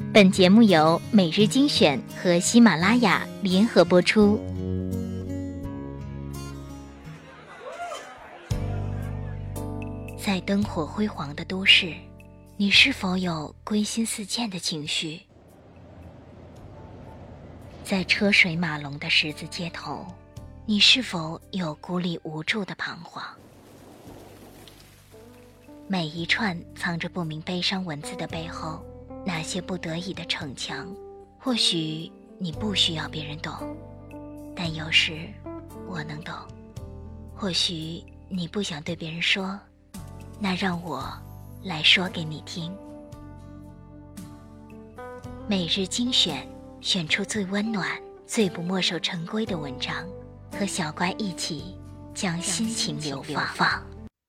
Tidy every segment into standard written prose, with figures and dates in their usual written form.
本节目由每日精选和喜马拉雅联合播出。在灯火辉煌的都市，你是否有归心似箭的情绪？在车水马龙的十字街头，你是否有孤立无助的彷徨？每一串藏着不明悲伤文字的背后，那些不得已的逞强，或许你不需要别人懂，但有时我能懂。或许你不想对别人说，那让我来说给你听。每日精选，选出最温暖、最不墨守成规的文章，和小乖一起将心情流放。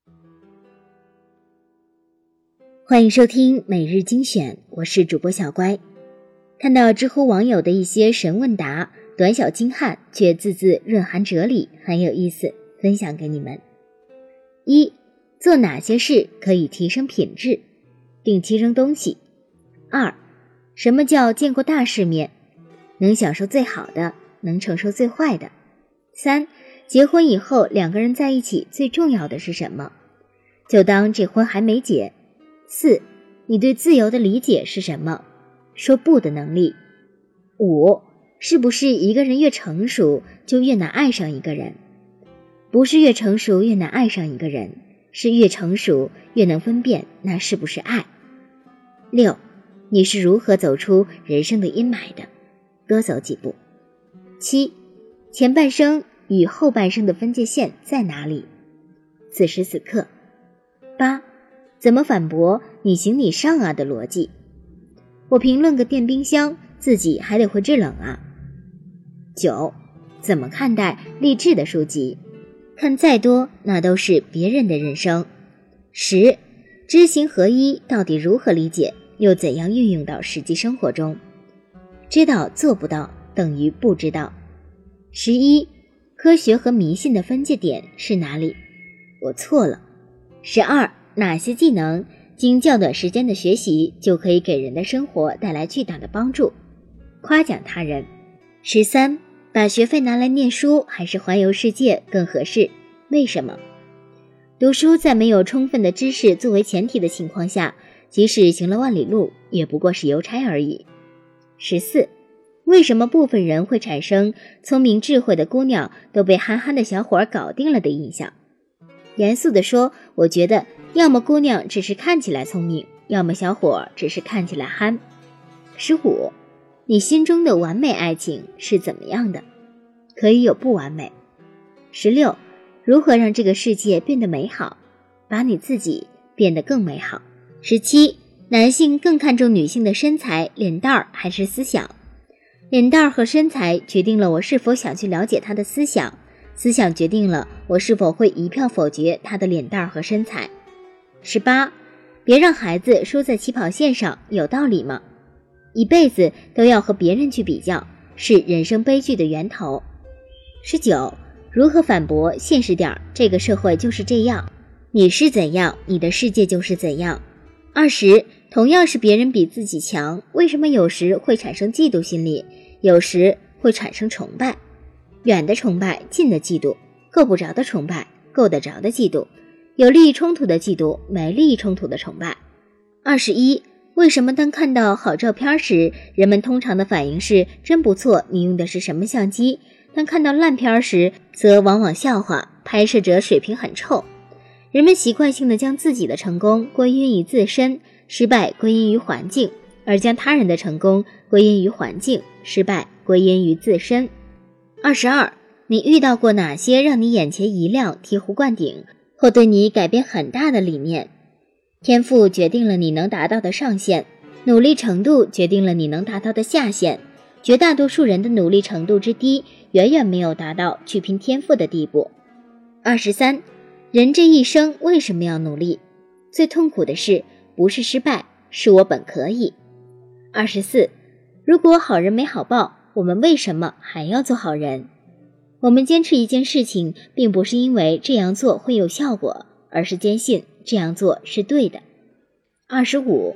欢迎收听每日精选，我是主播小乖。看到知乎网友的一些神问答，短小精悍却字字蕴含哲理，很有意思，分享给你们。1. 做哪些事可以提升品质？定期扔东西。2. 什么叫见过大世面？能享受最好的，能承受最坏的。3. 结婚以后两个人在一起最重要的是什么？就当这婚还没结。4. 你对自由的理解是什么？说不的能力。5. 是不是一个人越成熟就越难爱上一个人？不是越成熟越难爱上一个人，是越成熟越能分辨那是不是爱。6. 你是如何走出人生的阴霾的？多走几步。7. 前半生与后半生的分界线在哪里？此时此刻。8. 怎么反驳你行你上啊的逻辑？我评论个电冰箱，自己还得会制冷啊。9. 怎么看待励志的书籍？看再多，那都是别人的人生。10. 知行合一到底如何理解，又怎样运用到实际生活中？知道做不到等于不知道。11. 科学和迷信的分界点是哪里？我错了。12. 哪些技能经较短时间的学习就可以给人的生活带来巨大的帮助？夸奖他人。13. 把学费拿来念书还是环游世界更合适？为什么？读书在没有充分的知识作为前提的情况下，即使行了万里路，也不过是邮差而已。14. 为什么部分人会产生聪明智慧的姑娘都被憨憨的小伙搞定了的印象？严肃地说，我觉得要么姑娘只是看起来聪明，要么小伙只是看起来憨。15. 你心中的完美爱情是怎么样的？可以有不完美。16. 如何让这个世界变得美好？把你自己变得更美好。17. 男性更看重女性的身材、脸蛋儿还是思想？脸蛋儿和身材决定了我是否想去了解他的思想，思想决定了我是否会一票否决他的脸蛋儿和身材。18. 别让孩子输在起跑线上，有道理吗？一辈子都要和别人去比较，是人生悲剧的源头。19. 如何反驳现实点，这个社会就是这样，你是怎样，你的世界就是怎样。20. 同样是别人比自己强，为什么有时会产生嫉妒心理，有时会产生崇拜？远的崇拜，近的嫉妒，够不着的崇拜，够得着的嫉妒，有利益冲突的嫉妒，没利益冲突的崇拜。21. 为什么当看到好照片时，人们通常的反应是真不错，你用的是什么相机？当看到烂片时，则往往笑话拍摄者水平很臭。人们习惯性地将自己的成功归因于自身，失败归因于环境，而将他人的成功归因于环境，失败归因于自身。22. 你遇到过哪些让你眼前一亮、醍醐灌顶或对你改变很大的理念？天赋决定了你能达到的上限，努力程度决定了你能达到的下限。绝大多数人的努力程度之低，远远没有达到去拼天赋的地步。23. 人这一生为什么要努力？最痛苦的事不是失败，是我本可以。24. 如果好人没好报，我们为什么还要做好人？我们坚持一件事情，并不是因为这样做会有效果，而是坚信这样做是对的。25.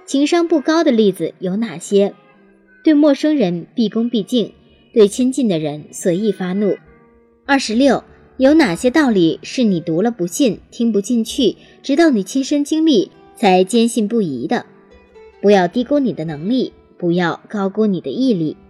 情商不高的例子有哪些？对陌生人毕恭毕敬，对亲近的人随意发怒。26，有哪些道理是你读了不信，听不进去，直到你亲身经历才坚信不疑的？不要低估你的能力，不要高估你的毅力。